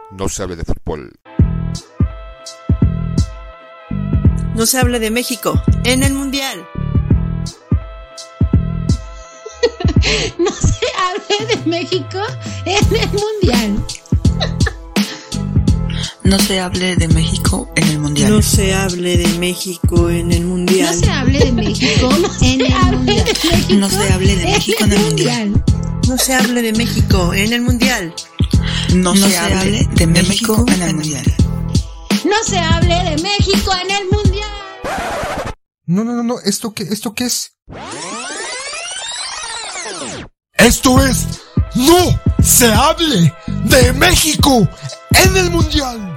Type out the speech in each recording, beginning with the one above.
no se hable de fútbol. No se hable de México en el Mundial. No se hable de México en el Mundial. No se hable de México en el Mundial. No se hable de México en el Mundial. No se hable de México en el Mundial. No se hable de México en el Mundial. No se hable de México en el Mundial. No se hable de México en el Mundial. No se hable de México en el Mundial. No, ¿esto qué es? Esto es No se hable de México en el Mundial.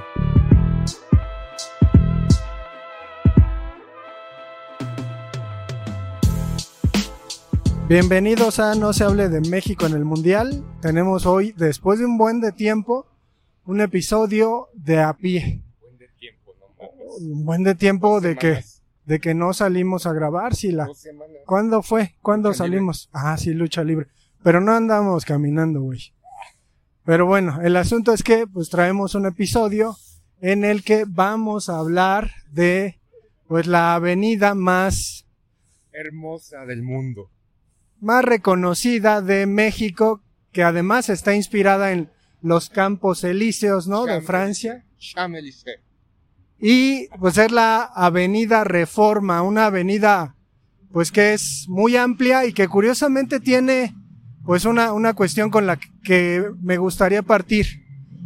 Bienvenidos a No se hable de México en el Mundial. Tenemos hoy, después de un buen de tiempo, un episodio de a pie. Un buen de tiempo de que no salimos a grabar. ¿Cuándo fue? ¿Cuándo salimos? Sí, lucha libre. Pero no andamos caminando, güey. Pero bueno, el asunto es que pues traemos un episodio en el que vamos a hablar de pues la avenida más hermosa del mundo, más reconocida de México, que además está inspirada en los Campos Elíseos, ¿no? De Francia. Champs-Élysées. Y pues es la Avenida Reforma, una avenida pues que es muy amplia y que curiosamente tiene pues una cuestión con la que me gustaría partir.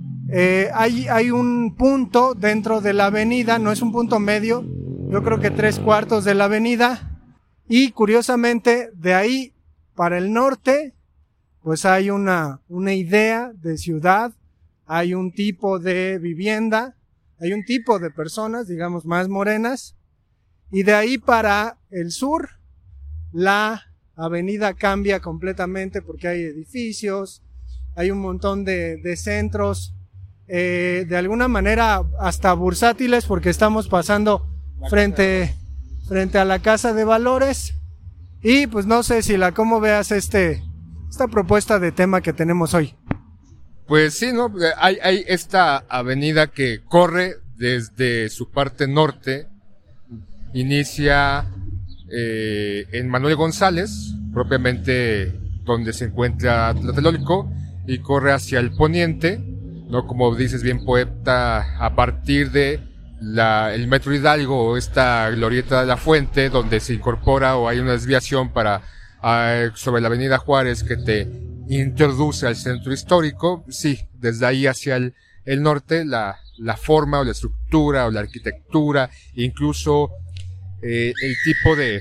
Hay un punto dentro de la avenida, no es un punto medio, yo creo que 3/4 de la avenida, y curiosamente de ahí para el norte pues hay una idea de ciudad, hay un tipo de vivienda, hay un tipo de personas, digamos, más morenas, y de ahí para el sur la avenida cambia completamente porque hay edificios, hay un montón de centros, de alguna manera hasta bursátiles, porque estamos pasando frente a la Casa de Valores. Y pues no sé, ¿cómo veas esta propuesta de tema que tenemos hoy? Pues sí, ¿no? Hay esta avenida que corre desde su parte norte, inicia en Manuel González, propiamente donde se encuentra Tlatelolco, y corre hacia el poniente, ¿no? Como dices bien, poeta, a partir de el Metro Hidalgo o esta glorieta de la Fuente, donde se incorpora o hay una desviación sobre la avenida Juárez que te introduce al centro histórico. Sí, desde ahí hacia el norte, la forma o la estructura o la arquitectura, incluso el tipo de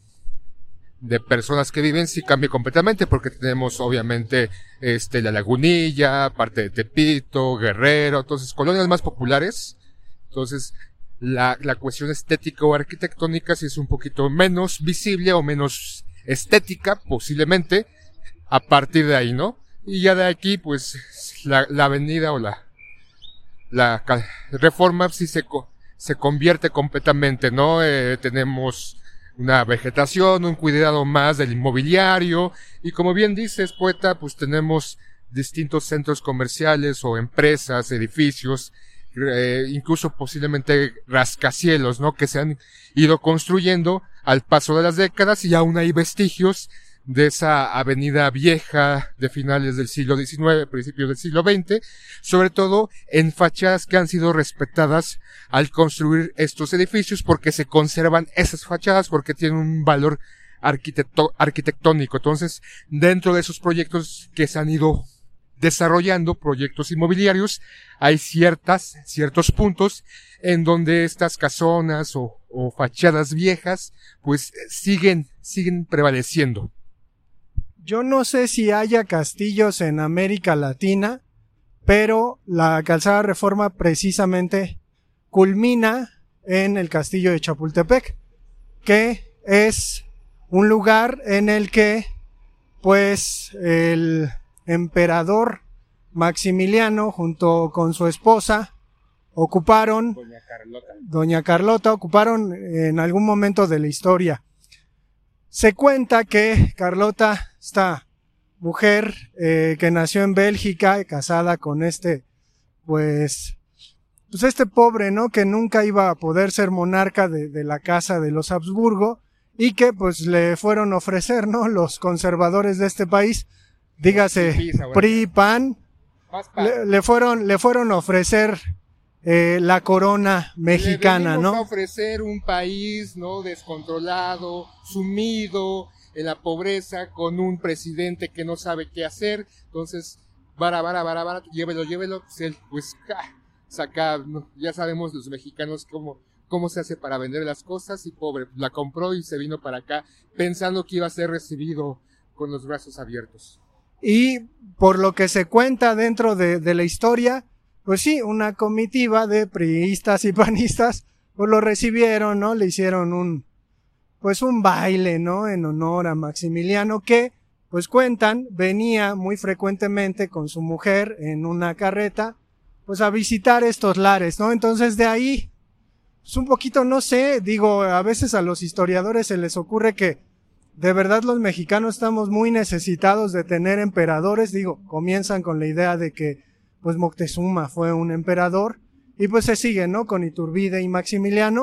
personas que viven sí cambia completamente, porque tenemos obviamente la Lagunilla, parte de Tepito, Guerrero, entonces colonias más populares. Entonces la cuestión estética o arquitectónica sí es un poquito menos visible o menos estética posiblemente a partir de ahí, ¿no? Y ya de aquí pues la avenida o la Reforma sí se convierte completamente, ¿no? Tenemos una vegetación, un cuidado más del inmobiliario, y como bien dices, poeta, pues tenemos distintos centros comerciales o empresas, edificios, incluso posiblemente rascacielos, ¿no? Que se han ido construyendo al paso de las décadas, y aún hay vestigios de esa avenida vieja de finales del siglo XIX, principios del siglo XX, sobre todo en fachadas que han sido respetadas al construir estos edificios, porque se conservan esas fachadas, porque tienen un valor arquitectónico. Entonces, dentro de esos proyectos que se han ido desarrollando, proyectos inmobiliarios, hay ciertos puntos en donde estas casonas o fachadas viejas pues siguen prevaleciendo. Yo no sé si haya castillos en América Latina, pero la Calzada Reforma precisamente culmina en el castillo de Chapultepec, que es un lugar en el que pues el emperador Maximiliano junto con su esposa Doña Carlota ocuparon en algún momento de la historia. Se cuenta que Carlota, esta mujer que nació en Bélgica, casada con este pues este pobre, ¿no? Que nunca iba a poder ser monarca de la casa de los Habsburgo y que pues le fueron a ofrecer, ¿no? Los conservadores de este país, dígase PRI, PAN, le fueron a ofrecer la corona mexicana, ¿no? A ofrecer un país, ¿no? Descontrolado, sumido en la pobreza, con un presidente que no sabe qué hacer. Entonces, vara, llévelo, pues él, pues, saca, ¿no? Ya sabemos los mexicanos cómo se hace para vender las cosas, y pobre, la compró y se vino para acá pensando que iba a ser recibido con los brazos abiertos. Y por lo que se cuenta dentro de la historia, pues sí, una comitiva de priistas y panistas pues lo recibieron, ¿no? Le hicieron un baile, ¿no? En honor a Maximiliano, que pues cuentan venía muy frecuentemente con su mujer en una carreta pues a visitar estos lares, ¿no? Entonces de ahí pues un poquito, no sé, digo, a veces a los historiadores se les ocurre que de verdad los mexicanos estamos muy necesitados de tener emperadores. Digo, comienzan con la idea de que pues Moctezuma fue un emperador y pues se sigue, ¿no? Con Iturbide y Maximiliano.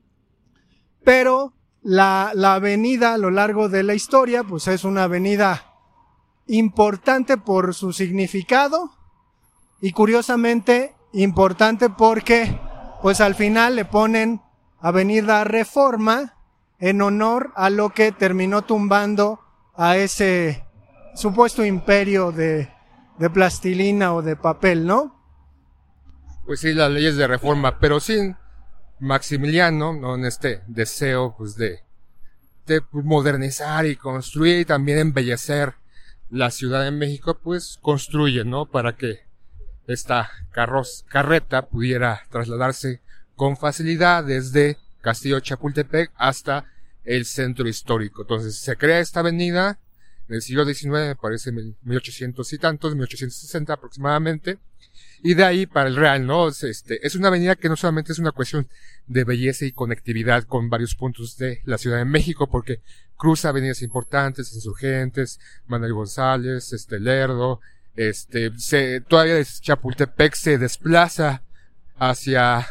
Pero la avenida a lo largo de la historia pues es una avenida importante por su significado y curiosamente importante porque pues al final le ponen Avenida Reforma en honor a lo que terminó tumbando a ese supuesto imperio de plastilina o de papel, ¿no? Pues sí, las leyes de reforma, pero sí, Maximiliano, ¿no? En este deseo, pues de modernizar y construir y también embellecer la Ciudad de México, pues construye, ¿no? Para que esta carreta pudiera trasladarse con facilidad desde Castillo Chapultepec hasta el centro histórico. Entonces se crea esta avenida en el siglo XIX, me parece 1800 y tantos, 1860 aproximadamente, y de ahí para el Real, ¿no? Es una avenida que no solamente es una cuestión de belleza y conectividad con varios puntos de la Ciudad de México, porque cruza avenidas importantes, Insurgentes, Manuel González, Lerdo, todavía de Chapultepec se desplaza hacia,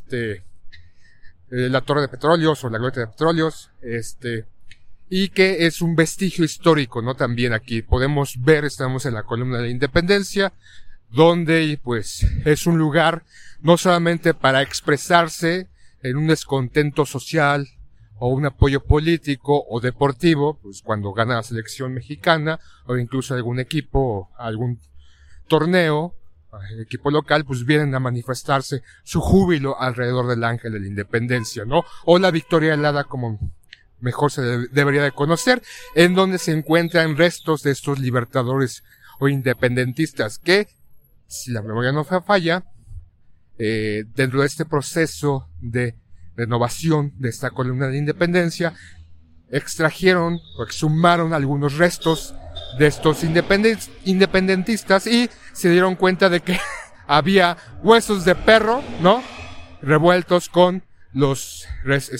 la Torre de Petróleos o la Glorieta de Petróleos, y que es un vestigio histórico, ¿no? También aquí podemos ver, estamos en la Columna de la Independencia, donde pues es un lugar no solamente para expresarse en un descontento social o un apoyo político o deportivo, pues cuando gana la selección mexicana o incluso algún equipo, algún torneo, el equipo local, pues vienen a manifestarse su júbilo alrededor del Ángel de la Independencia, ¿no? O la Victoria Helada, como mejor se debería de conocer, en donde se encuentran restos de estos libertadores o independentistas que, si la memoria no falla, dentro de este proceso de renovación de esta columna de independencia, extrajeron o exhumaron algunos restos de estos independentistas y se dieron cuenta de que había huesos de perro, ¿no? Revueltos con los, pues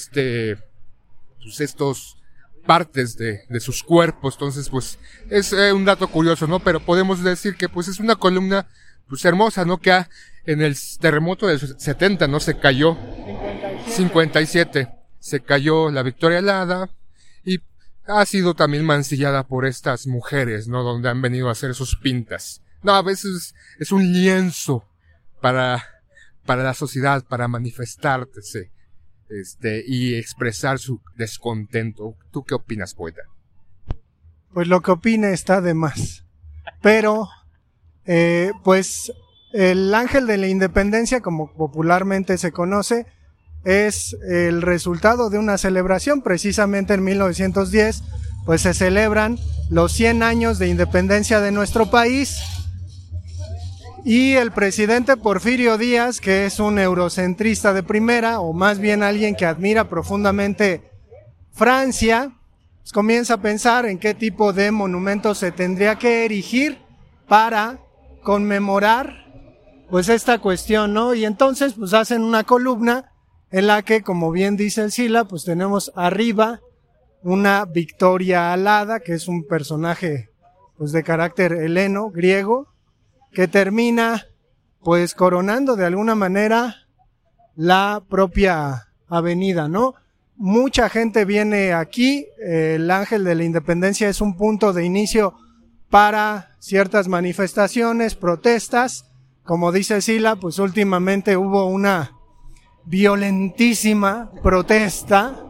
estos partes de sus cuerpos. Entonces, pues, es un dato curioso, ¿no? Pero podemos decir que, pues, es una columna, pues, hermosa, ¿no? Que en el terremoto del 70, ¿no? Se cayó. 57. Se cayó la Victoria Helada y ha sido también mancillada por estas mujeres, ¿no? Donde han venido a hacer sus pintas. No, a veces es un lienzo para la sociedad, para manifestarse, y expresar su descontento. ¿Tú qué opinas, poeta? Pues lo que opine está de más. Pero, pues, el Ángel de la Independencia, como popularmente se conoce, es el resultado de una celebración. Precisamente en 1910, pues se celebran los 100 años de independencia de nuestro país. Y el presidente Porfirio Díaz, que es un eurocentrista de primera, o más bien alguien que admira profundamente Francia, pues comienza a pensar en qué tipo de monumento se tendría que erigir para conmemorar pues esta cuestión, ¿no? Y entonces pues hacen una columna en la que, como bien dice el Sila, pues tenemos arriba una Victoria Alada, que es un personaje pues de carácter heleno, griego, que termina pues coronando de alguna manera la propia avenida, ¿no? Mucha gente viene aquí, el Ángel de la Independencia es un punto de inicio para ciertas manifestaciones, protestas. Como dice Sila, pues últimamente hubo una violentísima protesta,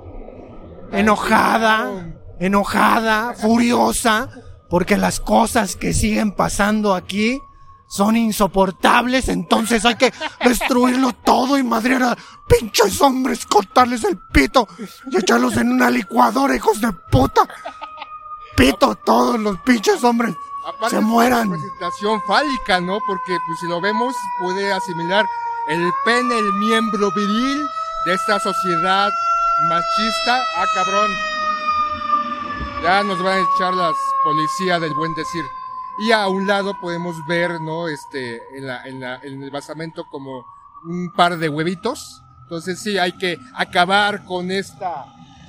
enojada, furiosa, porque las cosas que siguen pasando aquí son insoportables, entonces hay que destruirlo todo y madrear a pinches hombres, cortarles el pito y echarlos en una licuadora, hijos de puta. Pito, todos los pinches hombres. Aparte se mueran. Es una representación fálica, ¿no? Porque pues si lo vemos puede asimilar el pene, el miembro viril de esta sociedad machista. Ah, cabrón. Ya nos van a echar las policías del buen decir. Y a un lado podemos ver, ¿no? En el basamento como un par de huevitos. Entonces sí, hay que acabar con esta,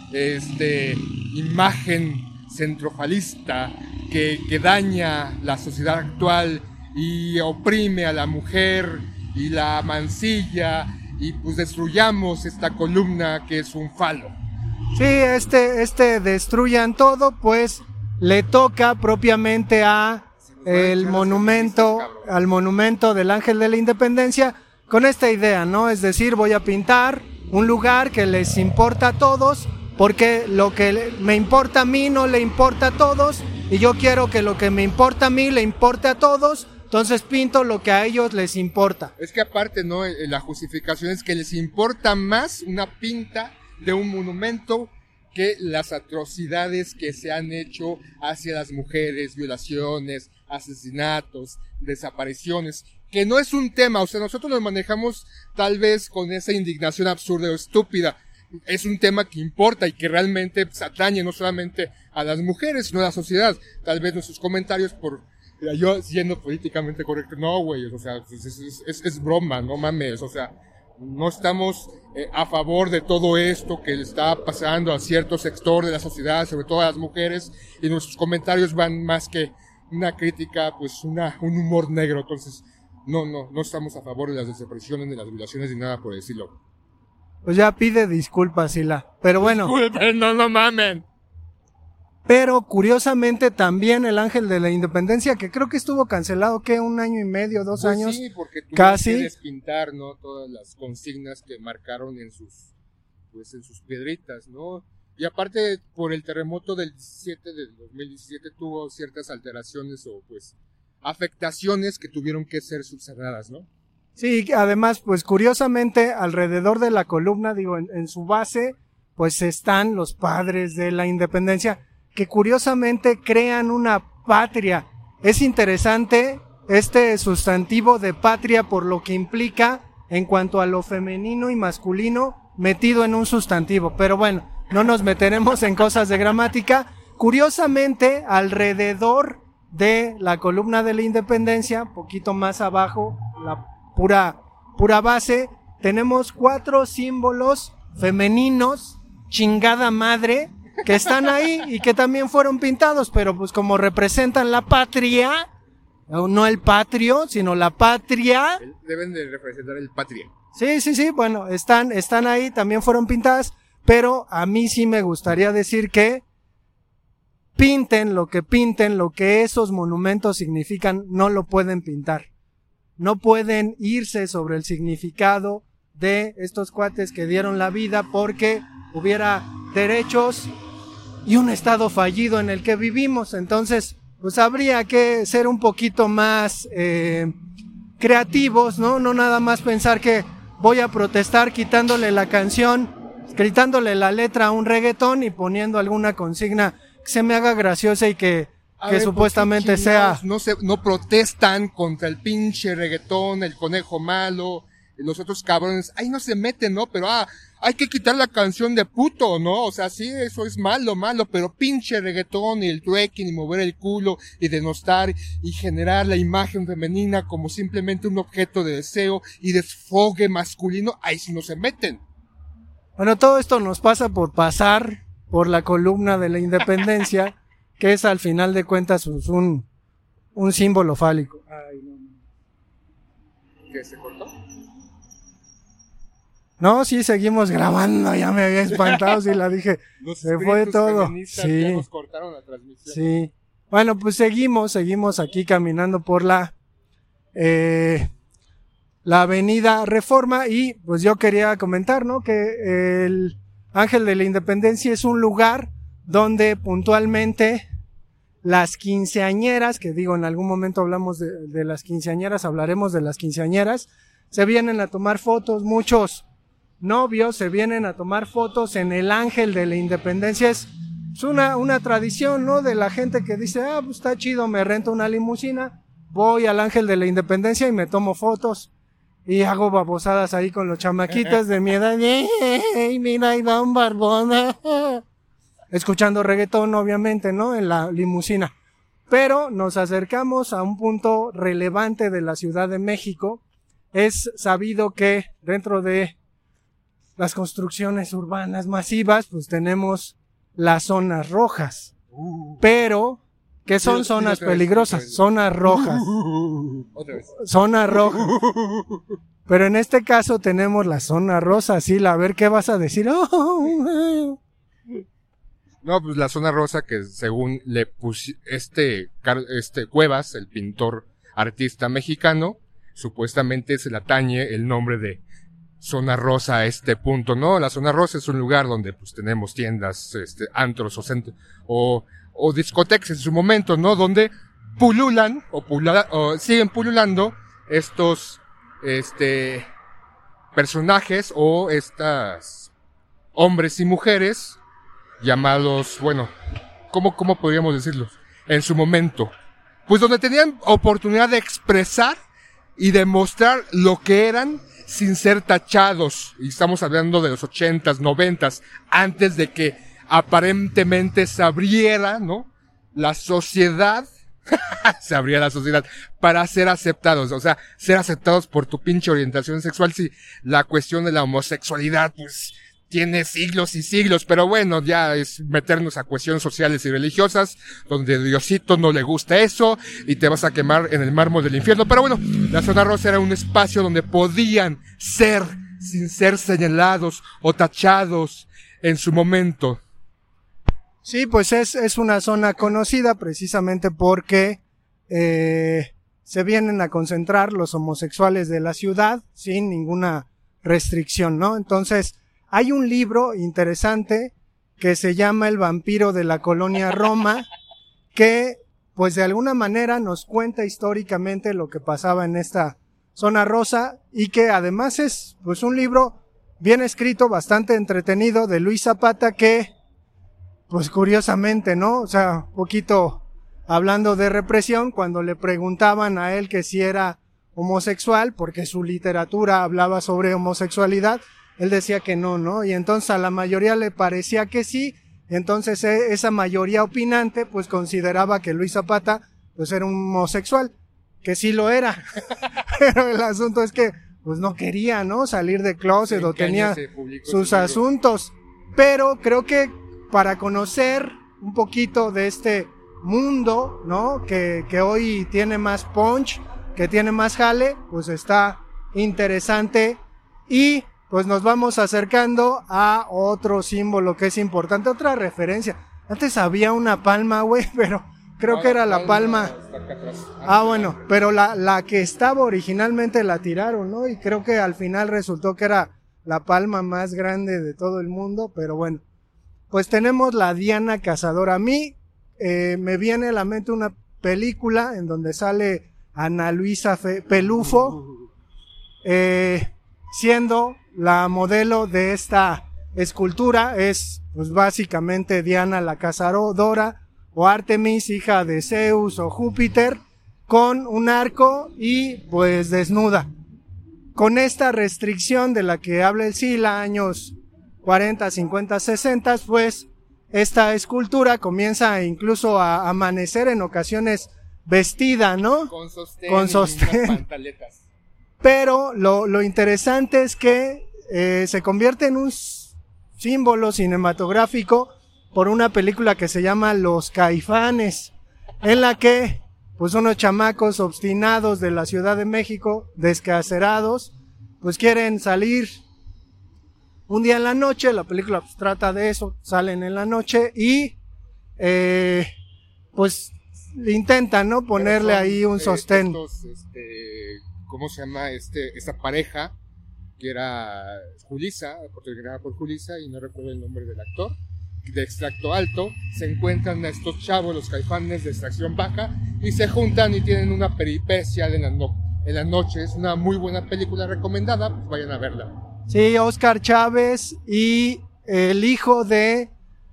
imagen centrofalista que daña la sociedad actual y oprime a la mujer y la mancilla, y pues destruyamos esta columna que es un falo. Sí, destruyan todo, pues le toca propiamente al monumento del Ángel de la Independencia, con esta idea, ¿no? Es decir, voy a pintar un lugar que les importa a todos, porque lo que me importa a mí no le importa a todos, y yo quiero que lo que me importa a mí le importe a todos, entonces pinto lo que a ellos les importa. Es que aparte, ¿no? La justificación es que les importa más una pinta de un monumento que las atrocidades que se han hecho hacia las mujeres, violaciones, asesinatos, desapariciones, que no es un tema, o sea, nosotros lo manejamos tal vez con esa indignación absurda o estúpida. Es un tema que importa y que realmente pues, atañe no solamente a las mujeres, sino a la sociedad. Tal vez nuestros comentarios yo siendo políticamente correcto, no, güey, o sea, es broma, no mames, o sea, no estamos a favor de todo esto que le está pasando a cierto sector de la sociedad, sobre todo a las mujeres, y nuestros comentarios van más que una crítica, pues un humor negro. Entonces no estamos a favor de las desapariciones, ni las violaciones, ni nada por decirlo. Pues ya pide disculpas, Sila, pero bueno. Disculpen, no mamen. Pero curiosamente también el Ángel de la Independencia, que creo que estuvo cancelado, ¿qué? 1 año y medio, 2 años. Sí, porque tuvieron casi que despintar, ¿no? Todas las consignas que marcaron en sus piedritas, ¿no? Y aparte, por el terremoto del 2017 tuvo ciertas alteraciones o pues afectaciones que tuvieron que ser subsanadas, ¿no? Sí, además, pues curiosamente, alrededor de la columna, en su base, pues están los padres de la independencia, que curiosamente crean una patria. Es interesante este sustantivo de patria por lo que implica en cuanto a lo femenino y masculino metido en un sustantivo, pero bueno, no nos meteremos en cosas de gramática. Curiosamente, alrededor de la columna de la Independencia, poquito más abajo, la pura base, tenemos 4 símbolos femeninos, chingada madre, que están ahí y que también fueron pintados, pero pues como representan la patria, no el patrio, sino la patria. Deben de representar el patria. Sí, bueno, están ahí, también fueron pintadas, pero a mí sí me gustaría decir que pinten, lo que esos monumentos significan, no lo pueden pintar. No pueden irse sobre el significado de estos cuates que dieron la vida porque hubiera derechos y un estado fallido en el que vivimos. Entonces, pues habría que ser un poquito más creativos, ¿no? No nada más pensar que voy a protestar quitándole la canción, gritándole la letra a un reggaetón y poniendo alguna consigna que se me haga graciosa y que supuestamente sea... No protestan contra el pinche reggaetón, el conejo malo, los otros cabrones, ahí no se meten, ¿no? Pero hay que quitar la canción de puto, ¿no? O sea, sí, eso es malo, pero pinche reggaetón y el twerking y mover el culo y denostar y generar la imagen femenina como simplemente un objeto de deseo y desfogue masculino, ahí sí no se meten. Bueno, todo esto nos pasa por pasar por la columna de la Independencia, que es al final de cuentas un símbolo fálico. Ay, no. ¿Qué se cortó? No, sí, seguimos grabando, ya me había espantado, sí, la dije, se fue todo. Sí, ya nos cortaron la transmisión. Sí. Bueno, pues seguimos aquí caminando por la Avenida Reforma y pues yo quería comentar, ¿no? Que el Ángel de la Independencia es un lugar donde puntualmente las quinceañeras, que digo, en algún momento hablamos de las quinceañeras, hablaremos de las quinceañeras, se vienen a tomar fotos, muchos novios se vienen a tomar fotos en el Ángel de la Independencia. Es una tradición, ¿no? De la gente que dice, pues está chido, me rento una limusina, voy al Ángel de la Independencia y me tomo fotos y hago babosadas ahí con los chamaquitas de mi edad. Mira, ahí va un barbón. Escuchando reggaetón, obviamente, ¿no? En la limusina. Pero nos acercamos a un punto relevante de la Ciudad de México. Es sabido que dentro de las construcciones urbanas masivas, pues tenemos las zonas rojas. Pero, ¿qué son zonas peligrosas? Zonas rojas. Otra vez. Zona roja. Pero en este caso tenemos la zona rosa, sí, a ver qué vas a decir. No, pues la zona rosa que según le puso Cuevas, el pintor artista mexicano, supuestamente se le atañe el nombre de zona rosa a este punto, ¿no? La zona rosa es un lugar donde pues tenemos tiendas, antros o discotecas en su momento, ¿no? Donde pululan o siguen pululando estos personajes o estas hombres y mujeres llamados, bueno, ¿cómo podríamos decirlo? En su momento, pues donde tenían oportunidad de expresar y demostrar lo que eran sin ser tachados. Y estamos hablando de los 80s, 90s, antes de que aparentemente se abriera, ¿no? La sociedad, se abría la sociedad para ser aceptados, o sea, ser aceptados por tu pinche orientación sexual. Sí, la cuestión de la homosexualidad, pues, tiene siglos y siglos, pero bueno, ya es meternos a cuestiones sociales y religiosas, donde Diosito no le gusta eso, y te vas a quemar en el mármol del infierno. Pero bueno, la zona rosa era un espacio donde podían ser, sin ser señalados o tachados en su momento. Sí, pues es una zona conocida precisamente porque se vienen a concentrar los homosexuales de la ciudad sin ninguna restricción, ¿no? Entonces, hay un libro interesante que se llama El vampiro de la colonia Roma, que pues de alguna manera nos cuenta históricamente lo que pasaba en esta zona rosa y que además es pues un libro bien escrito, bastante entretenido, de Luis Zapata, que pues curiosamente, ¿no? O sea, un poquito hablando de represión, cuando le preguntaban a él que si era homosexual, porque su literatura hablaba sobre homosexualidad, él decía que no, ¿no? Y entonces a la mayoría le parecía que sí, y entonces esa mayoría opinante pues consideraba que Luis Zapata pues era un homosexual, que sí lo era, pero el asunto es que pues no quería, ¿no? Salir de closet o tenía sus asuntos, pero creo que para conocer un poquito de este mundo, ¿no? Que hoy tiene más punch, que tiene más jale, pues está interesante y pues nos vamos acercando a otro símbolo que es importante, otra referencia. Antes había una palma, güey, pero creo que era la palma. Bueno, pero la que estaba originalmente la tiraron, ¿no? Y creo que al final resultó que era la palma más grande de todo el mundo, pero bueno. Pues tenemos la Diana Cazadora. A mí me viene a la mente una película en donde sale Ana Luisa Pelufo, siendo la modelo de esta escultura. Es pues básicamente Diana la Cazadora o Artemis, hija de Zeus o Júpiter, con un arco y pues desnuda. Con esta restricción de la que habla el Sila, años 40, 50, 60, pues esta escultura comienza incluso a amanecer en ocasiones vestida, ¿no? Con sostén. Pero lo interesante es que se convierte en un símbolo cinematográfico por una película que se llama Los Caifanes, en la que pues unos chamacos obstinados de la Ciudad de México, descacerados, pues quieren salir un día en la noche. La película pues trata de eso, salen en la noche y pues intentan, ¿no? Ponerle ahí un sostén. ¿Cómo se llama? Esta pareja que era Julissa, protagonizada por Julissa, y no recuerdo el nombre del actor, de extracto alto. Se encuentran a estos chavos, los Caifanes de extracción baja, y se juntan y tienen una peripecia en la noche. Es una muy buena película, recomendada, pues vayan a verla. Sí, Oscar Chávez y el hijo de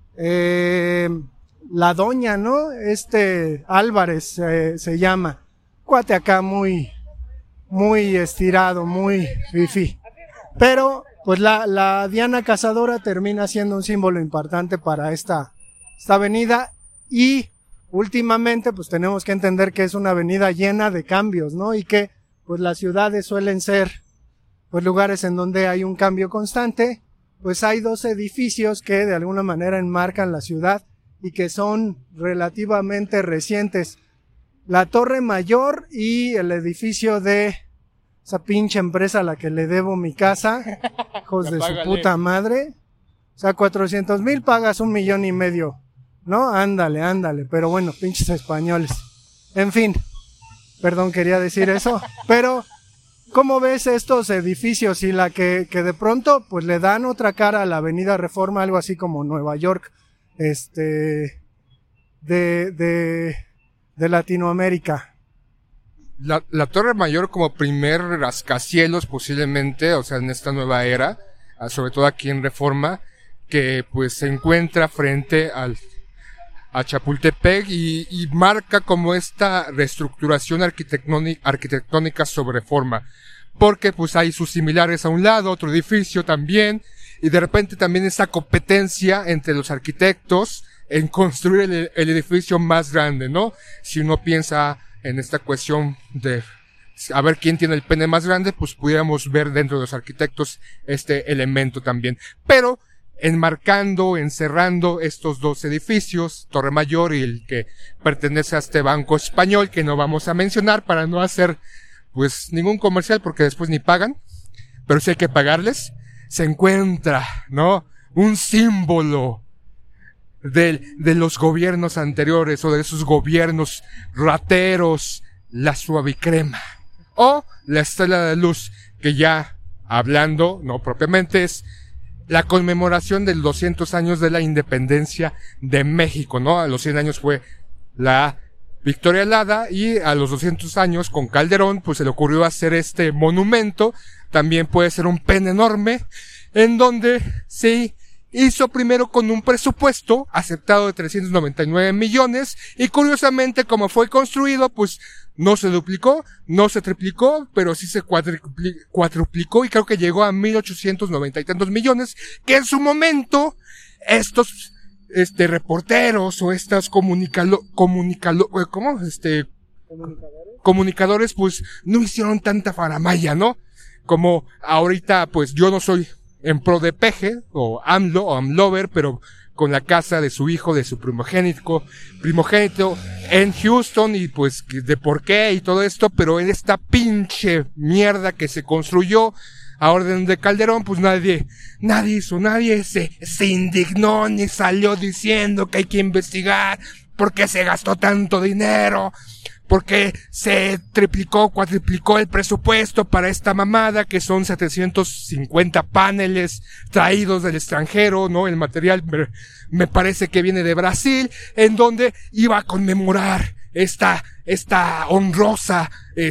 la doña, ¿no? Álvarez se llama. Cuate acá muy estirado, muy fifí. Pero pues la Diana Cazadora termina siendo un símbolo importante para esta avenida, y últimamente pues tenemos que entender que es una avenida llena de cambios, ¿no? Y que pues las ciudades suelen ser pues lugares en donde hay un cambio constante. Pues hay dos edificios que de alguna manera enmarcan la ciudad y que son relativamente recientes: la Torre Mayor y el edificio de esa pinche empresa a la que le debo mi casa, hijos de su puta madre. O sea, 400,000 pagas 1.5 millones, ¿no? Ándale, pero bueno, pinches españoles. En fin, perdón, quería decir eso, pero ¿cómo ves estos edificios y la que de pronto pues le dan otra cara a la Avenida Reforma, algo así como Nueva York, de Latinoamérica? La Torre Mayor como primer rascacielos posiblemente, o sea, en esta nueva era, sobre todo aquí en Reforma, que pues se encuentra frente a Chapultepec y marca como esta reestructuración arquitectónica sobre Reforma, porque pues hay sus similares a un lado, otro edificio también, y de repente también esta competencia entre los arquitectos en construir el edificio más grande, ¿no? Si uno piensa en esta cuestión de a ver quién tiene el pene más grande, pues pudiéramos ver dentro de los arquitectos este elemento también. Pero encerrando estos dos edificios, Torre Mayor y el que pertenece a este banco español, que no vamos a mencionar para no hacer pues ningún comercial porque después ni pagan, pero sí hay que pagarles, se encuentra, ¿no? Un símbolo de los gobiernos anteriores o de esos gobiernos rateros, la suavicrema o la Estela de Luz, que ya hablando, no propiamente, es la conmemoración de los 200 años de la independencia de México, ¿no? A los 100 años fue la Victoria Alada y a los 200 años con Calderón pues se le ocurrió hacer este monumento. También puede ser un pene enorme, en donde se hizo primero con un presupuesto aceptado de 399 millones y curiosamente como fue construido pues no se duplicó, no se triplicó, pero sí se cuadruplicó y creo que llegó a 1,890 y tantos millones, que en su momento estos reporteros o estas comunicadores pues no hicieron tanta faramalla, ¿no? Como ahorita pues yo no soy en pro de Peje o AMLO o AMLover, pero con la casa de su hijo, de su primogénito en Houston y pues de por qué y todo esto, pero en esta pinche mierda que se construyó a orden de Calderón, pues nadie se indignó ni salió diciendo que hay que investigar por qué se gastó tanto dinero, porque se triplicó, cuatriplicó el presupuesto para esta mamada que son 750 paneles traídos del extranjero, ¿no? El material me parece que viene de Brasil, en donde iba a conmemorar esta honrosa,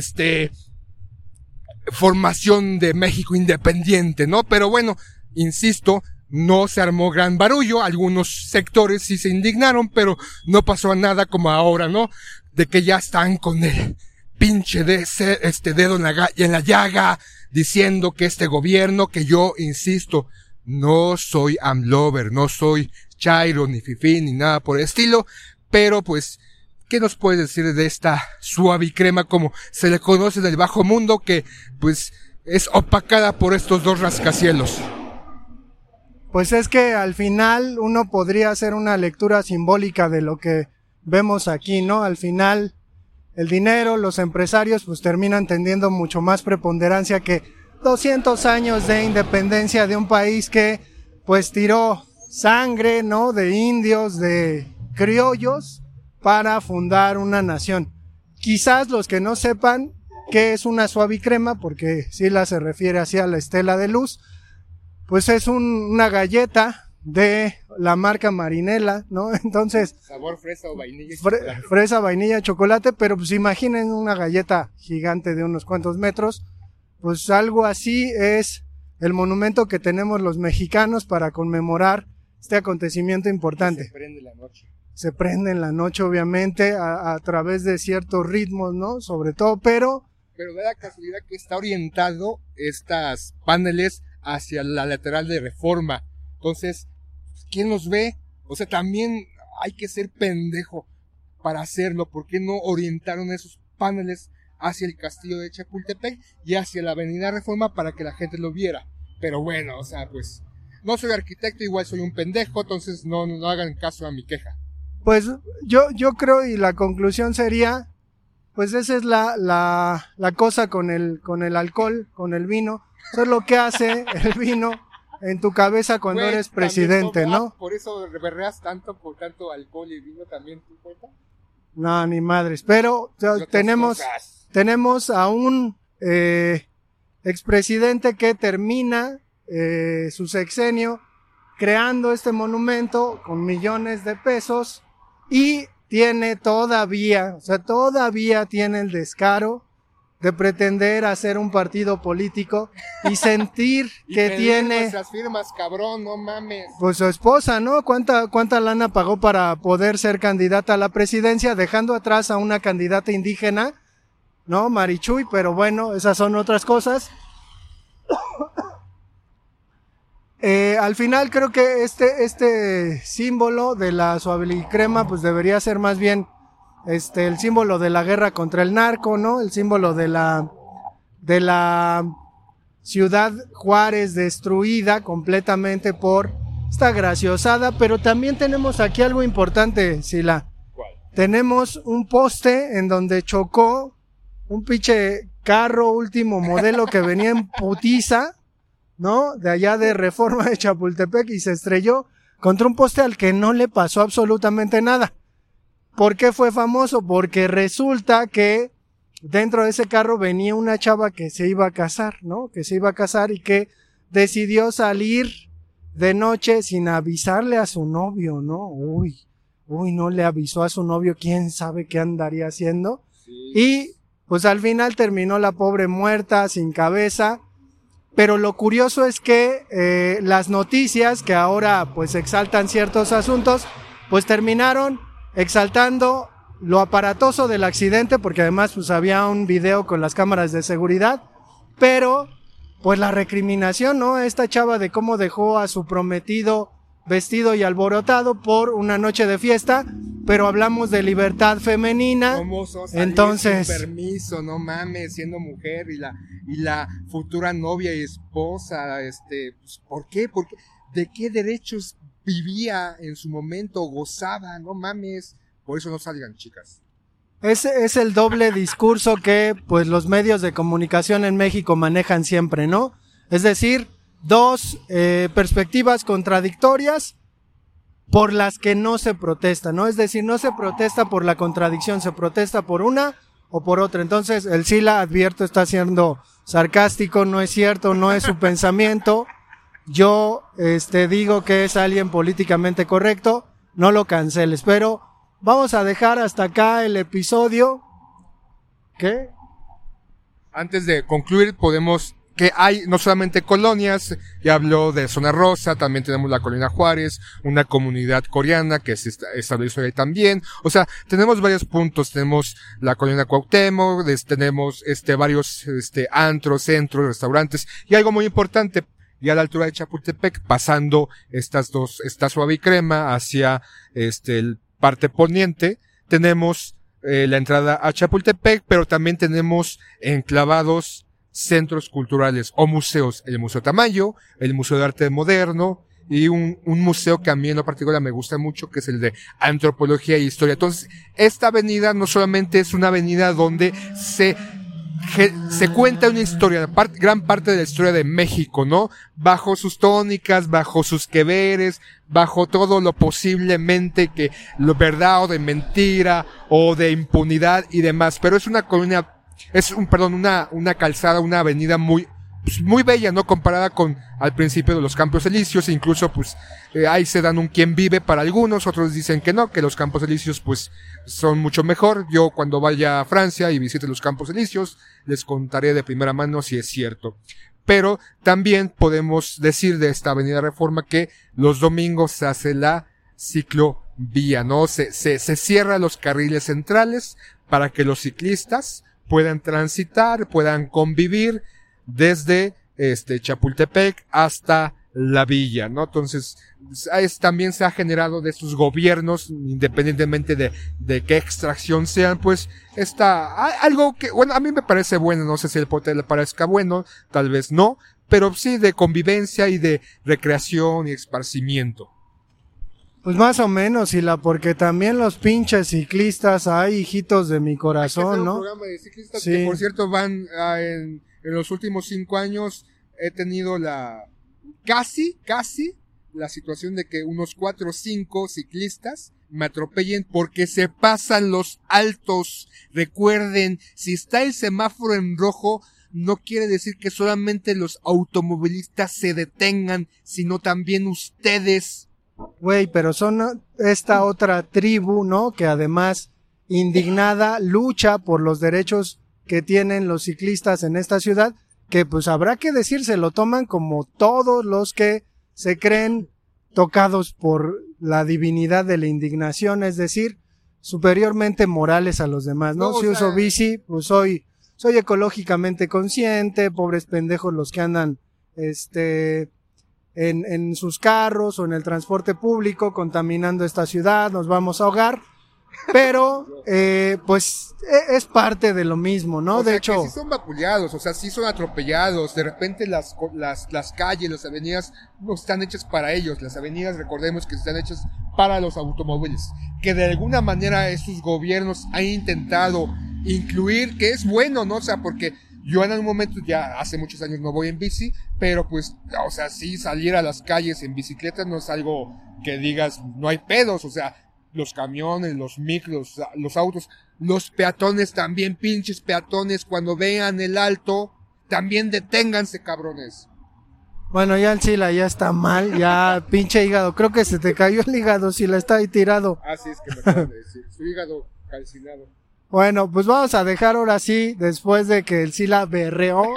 formación de México independiente, ¿no? Pero bueno, insisto, no se armó gran barullo, algunos sectores sí se indignaron, pero no pasó nada como ahora, ¿no? De que ya están con el pinche dedo en la llaga, diciendo que este gobierno, que yo insisto, no soy AMLover, no soy chairo, ni fifí, ni nada por el estilo, pero pues, ¿qué nos puedes decir de esta suavicrema como se le conoce del bajo mundo, que pues es opacada por estos dos rascacielos? Pues es que al final uno podría hacer una lectura simbólica de lo que vemos aquí, ¿no? Al final, el dinero, los empresarios pues terminan teniendo mucho más preponderancia que 200 años de independencia de un país que pues tiró sangre, ¿no? De indios, de criollos para fundar una nación. Quizás los que no sepan qué es una suavicrema, porque Sila se refiere hacia la estela de luz, pues es una galleta de la marca Marinela, ¿no? Entonces, sabor fresa o vainilla. Fresa, vainilla, chocolate, pero pues imaginen una galleta gigante de unos cuantos metros, pues algo así es el monumento que tenemos los mexicanos para conmemorar este acontecimiento importante. Se prende la noche. Se prende en la noche, obviamente, a través de ciertos ritmos, ¿no? Sobre todo, pero da la casualidad que está orientado estas paneles hacia la lateral de Reforma. Entonces, ¿quién los ve? O sea, también hay que ser pendejo para hacerlo. ¿Por qué no orientaron esos paneles hacia el castillo de Chapultepec y hacia la avenida Reforma para que la gente lo viera? Pero bueno, o sea, pues no soy arquitecto, igual soy un pendejo, entonces no hagan caso a mi queja. Pues yo creo, y la conclusión sería, pues esa es la cosa con el alcohol, con el vino. Eso es lo que hace el vino en tu cabeza cuando eres presidente, ¿no? Por eso berreas tanto por tanto alcohol y vino también, ¿tú cuenta? No, ni madres. Pero tenemos a un expresidente que termina su sexenio creando este monumento con millones de pesos y tiene todavía tiene el descaro de pretender hacer un partido político y sentir que tiene nuestras firmas, cabrón, no mames. Pues su esposa, ¿no? ¿Cuánta lana pagó para poder ser candidata a la presidencia, dejando atrás a una candidata indígena, ¿no? Marichuy, pero bueno, esas son otras cosas. Al final creo que este símbolo de la suavicrema pues debería ser más bien el símbolo de la guerra contra el narco, ¿no? El símbolo de la ciudad Juárez destruida completamente por esta graciosada, pero también tenemos aquí algo importante, Sila. ¿Cuál? Tenemos un poste en donde chocó un pinche carro último modelo que venía en putiza, ¿no? De allá de Reforma de Chapultepec y se estrelló contra un poste al que no le pasó absolutamente nada. ¿Por qué fue famoso? Porque resulta que dentro de ese carro venía una chava que se iba a casar, ¿no? Que se iba a casar y que decidió salir de noche sin avisarle a su novio, ¿no? Uy, no le avisó a su novio, quién sabe qué andaría haciendo. Sí. Y pues al final terminó la pobre muerta, sin cabeza. Pero lo curioso es que las noticias que ahora pues exaltan ciertos asuntos, pues terminaron exaltando lo aparatoso del accidente, porque además pues había un video con las cámaras de seguridad, pero pues la recriminación, ¿no? Esta chava de cómo dejó a su prometido vestido y alborotado por una noche de fiesta, pero hablamos de libertad femenina. Entonces, sin permiso, no mames, siendo mujer y la futura novia y esposa, pues, ¿por qué? ¿De qué derechos vivía en su momento, gozaba? No mames, por eso no salgan, chicas. Es el doble discurso que pues los medios de comunicación en México manejan siempre, ¿no? Es decir, dos perspectivas contradictorias por las que no se protesta, ¿no? Es decir, no se protesta por la contradicción, se protesta por una o por otra. Entonces, el Sila, advierto, está siendo sarcástico, no es cierto, no es su pensamiento. Yo digo que es alguien políticamente correcto, no lo canceles, pero vamos a dejar hasta acá el episodio. ¿Qué? Antes de concluir, que hay no solamente colonias, ya habló de Zona Rosa, también tenemos la Colonia Juárez, una comunidad coreana que se estableció ahí también. O sea, tenemos varios puntos, tenemos la Colonia Cuauhtémoc, tenemos varios antros, centros, restaurantes, y algo muy importante, ya a la altura de Chapultepec, pasando esta suavicrema hacia el parte poniente, tenemos la entrada a Chapultepec, pero también tenemos enclavados centros culturales o museos, el Museo Tamayo, el Museo de Arte Moderno, y un museo que a mí en lo particular me gusta mucho, que es el de Antropología e Historia. Entonces, esta avenida no solamente es una avenida donde se cuenta una historia, gran parte de la historia de México, ¿no? Bajo sus tónicas, bajo sus que veres, bajo todo lo posiblemente que lo verdad o de mentira o de impunidad y demás. Pero es una colonia, una calzada, una avenida muy bella, ¿no? Comparada con al principio de los Campos Elíseos, incluso pues ahí se dan un quién vive para algunos, otros dicen que no, que los Campos Elíseos pues son mucho mejor. Yo cuando vaya a Francia y visite los Campos Elíseos les contaré de primera mano si es cierto. Pero también podemos decir de esta Avenida Reforma que los domingos se hace la ciclovía, ¿no? Se cierra los carriles centrales para que los ciclistas puedan transitar, puedan convivir desde Chapultepec hasta la villa, ¿no? Entonces, también se ha generado de sus gobiernos, independientemente de qué extracción sean, pues, algo que, bueno, a mí me parece bueno, no sé si el pote le parezca bueno, tal vez no, pero sí de convivencia y de recreación y esparcimiento. Pues más o menos, porque también los pinches ciclistas, hay hijitos de mi corazón, ¿no? Un programa de ciclistas sí. Que, por cierto, van en los últimos 5 años he tenido casi la situación de que unos 4 o 5 ciclistas me atropellen porque se pasan los altos. Recuerden, si está el semáforo en rojo, no quiere decir que solamente los automovilistas se detengan, sino también ustedes. Güey, pero son esta otra tribu, ¿no? Que además, indignada, lucha por los derechos que tienen los ciclistas en esta ciudad, que pues habrá que decir, se lo toman como todos los que se creen tocados por la divinidad de la indignación, es decir, superiormente morales a los demás, ¿no? Si uso bici, pues soy ecológicamente consciente, pobres pendejos los que andan, en sus carros o en el transporte público contaminando esta ciudad, nos vamos a ahogar. Pero, pues, es parte de lo mismo, ¿no? De hecho, que sí son vapuleados, o sea, sí son atropellados. De repente las calles, las avenidas no están hechas para ellos. Las avenidas, recordemos que están hechas para los automóviles. Que de alguna manera estos gobiernos han intentado incluir, que es bueno, ¿no? O sea, porque yo en algún momento, ya hace muchos años no voy en bici, pero pues, o sea, sí salir a las calles en bicicleta no es algo que digas, no hay pedos, o sea, los camiones, los micros, los autos, los peatones también, pinches peatones, cuando vean el alto, también deténganse, cabrones. Bueno, ya el Sila ya está mal, ya pinche hígado, creo que se te cayó el hígado, Sila, está ahí tirado. Así es que me acaban de decir, su hígado calcinado. Bueno, pues vamos a dejar ahora sí, después de que el Sila berreó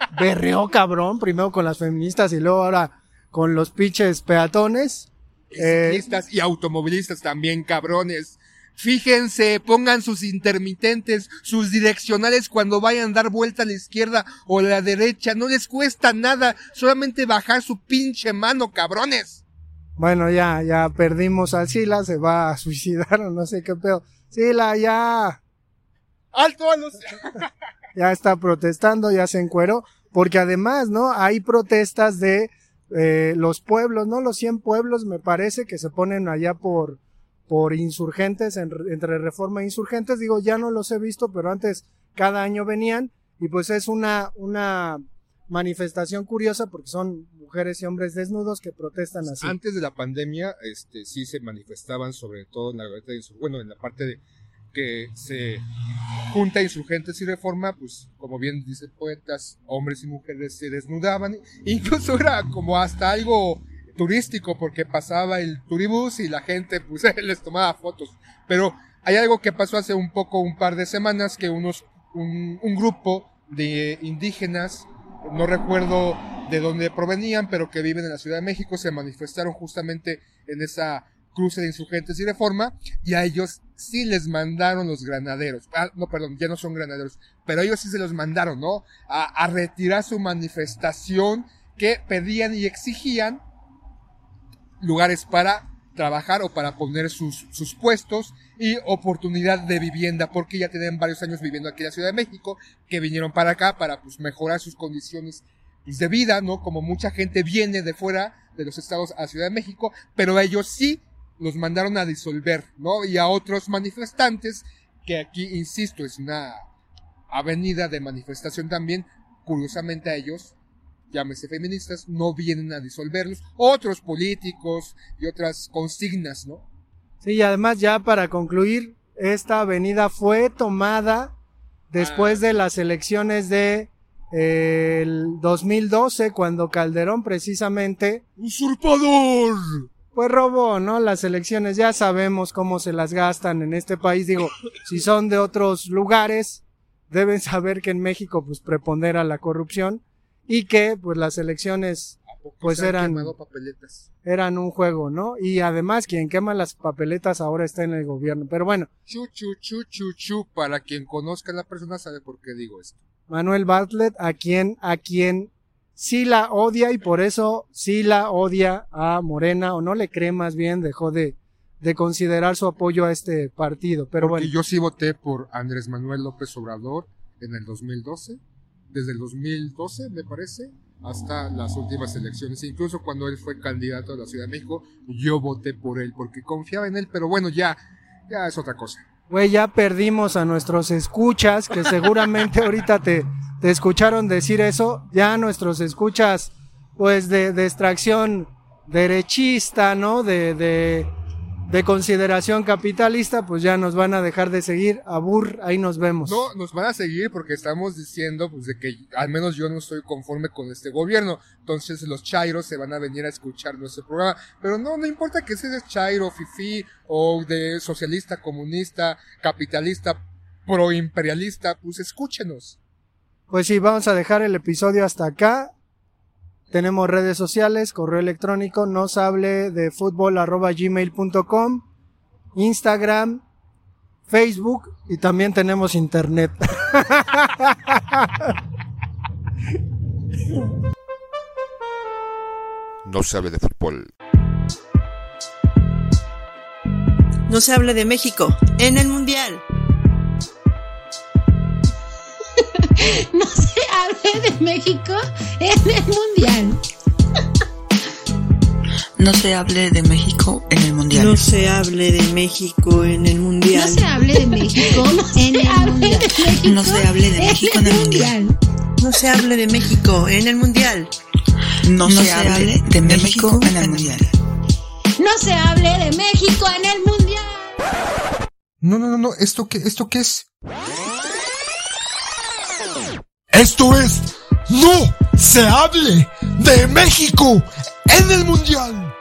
cabrón, primero con las feministas y luego ahora con los pinches peatones. Ciclistas y automovilistas también, cabrones. Fíjense, pongan sus intermitentes, sus direccionales cuando vayan a dar vuelta a la izquierda o a la derecha. No les cuesta nada, solamente bajar su pinche mano, cabrones. Bueno, ya perdimos al Sila, se va a suicidar o no sé qué pedo. Sila, ya. ¡Alto a los! Ya está protestando, ya se encueró, porque además, ¿no? Hay protestas de los pueblos, ¿no? Los 100 pueblos me parece que se ponen allá por Insurgentes, entre Reforma e Insurgentes, digo, ya no los he visto, pero antes cada año venían, y pues es una manifestación curiosa porque son mujeres y hombres desnudos que protestan así. Antes de la pandemia, sí se manifestaban, sobre todo en la parte de que se junta Insurgentes y Reforma, pues como bien dice poetas, hombres y mujeres se desnudaban, incluso era como hasta algo turístico porque pasaba el turibús y la gente pues les tomaba fotos. Pero hay algo que pasó hace un par de semanas, que un grupo de indígenas, no recuerdo de dónde provenían, pero que viven en la Ciudad de México, se manifestaron justamente en esa cruce de Insurgentes y Reforma, y a ellos sí les mandaron los granaderos. No, perdón, ya no son granaderos, pero ellos sí se los mandaron, ¿no? A retirar su manifestación, que pedían y exigían lugares para trabajar o para poner sus puestos y oportunidad de vivienda, porque ya tienen varios años viviendo aquí en la Ciudad de México, que vinieron para acá para pues mejorar sus condiciones pues de vida, ¿no? Como mucha gente viene de fuera de los estados a Ciudad de México, pero ellos sí los mandaron a disolver, ¿no? Y a otros manifestantes, que aquí, insisto, es una avenida de manifestación también, curiosamente a ellos, llámese feministas, no vienen a disolverlos, otros políticos y otras consignas, ¿no? Sí, y además ya para concluir, esta avenida fue tomada después de las elecciones de el 2012, cuando Calderón precisamente ¡usurpador! pues robó, ¿no? Las elecciones, ya sabemos cómo se las gastan en este país, digo, si son de otros lugares, deben saber que en México pues prepondera la corrupción y que pues las elecciones pues eran un juego, ¿no? Y además quien quema las papeletas ahora está en el gobierno, pero bueno. Chu, para quien conozca a la persona sabe por qué digo esto. Manuel Bartlett, a quien sí la odia y por eso sí la odia a Morena, o no le cree, más bien dejó de considerar su apoyo a este partido, pero porque bueno. Yo sí voté por Andrés Manuel López Obrador en el 2012, desde el 2012 me parece, hasta las últimas elecciones, incluso cuando él fue candidato a la Ciudad de México, yo voté por él porque confiaba en él, pero bueno, ya es otra cosa. Güey, ya perdimos a nuestros escuchas, que seguramente ahorita te escucharon decir eso, ya nuestros escuchas, pues de extracción derechista, ¿no? De consideración capitalista, pues ya nos van a dejar de seguir. Abur, ahí nos vemos. No, nos van a seguir porque estamos diciendo pues de que al menos yo no estoy conforme con este gobierno. Entonces los chairos se van a venir a escuchar nuestro programa. Pero no importa que seas chairo, fifí, o de socialista, comunista, capitalista, proimperialista, pues escúchenos. Pues sí, vamos a dejar el episodio hasta acá. Tenemos redes sociales, correo electrónico, noshabledefutbol@gmail.com, Instagram, Facebook y también tenemos internet. No se hable de fútbol. No se hable de México en el Mundial. No se hable de México en el Mundial. No se hable de México en el Mundial. No se hable de México en el Mundial. No se hable de México en el Mundial. No se hable de México en el Mundial. No se hable de México en el Mundial. No se hable de México en el Mundial. No se hable de México en el Mundial. No, ¿esto qué es? Esto es No se hable de México en el Mundial.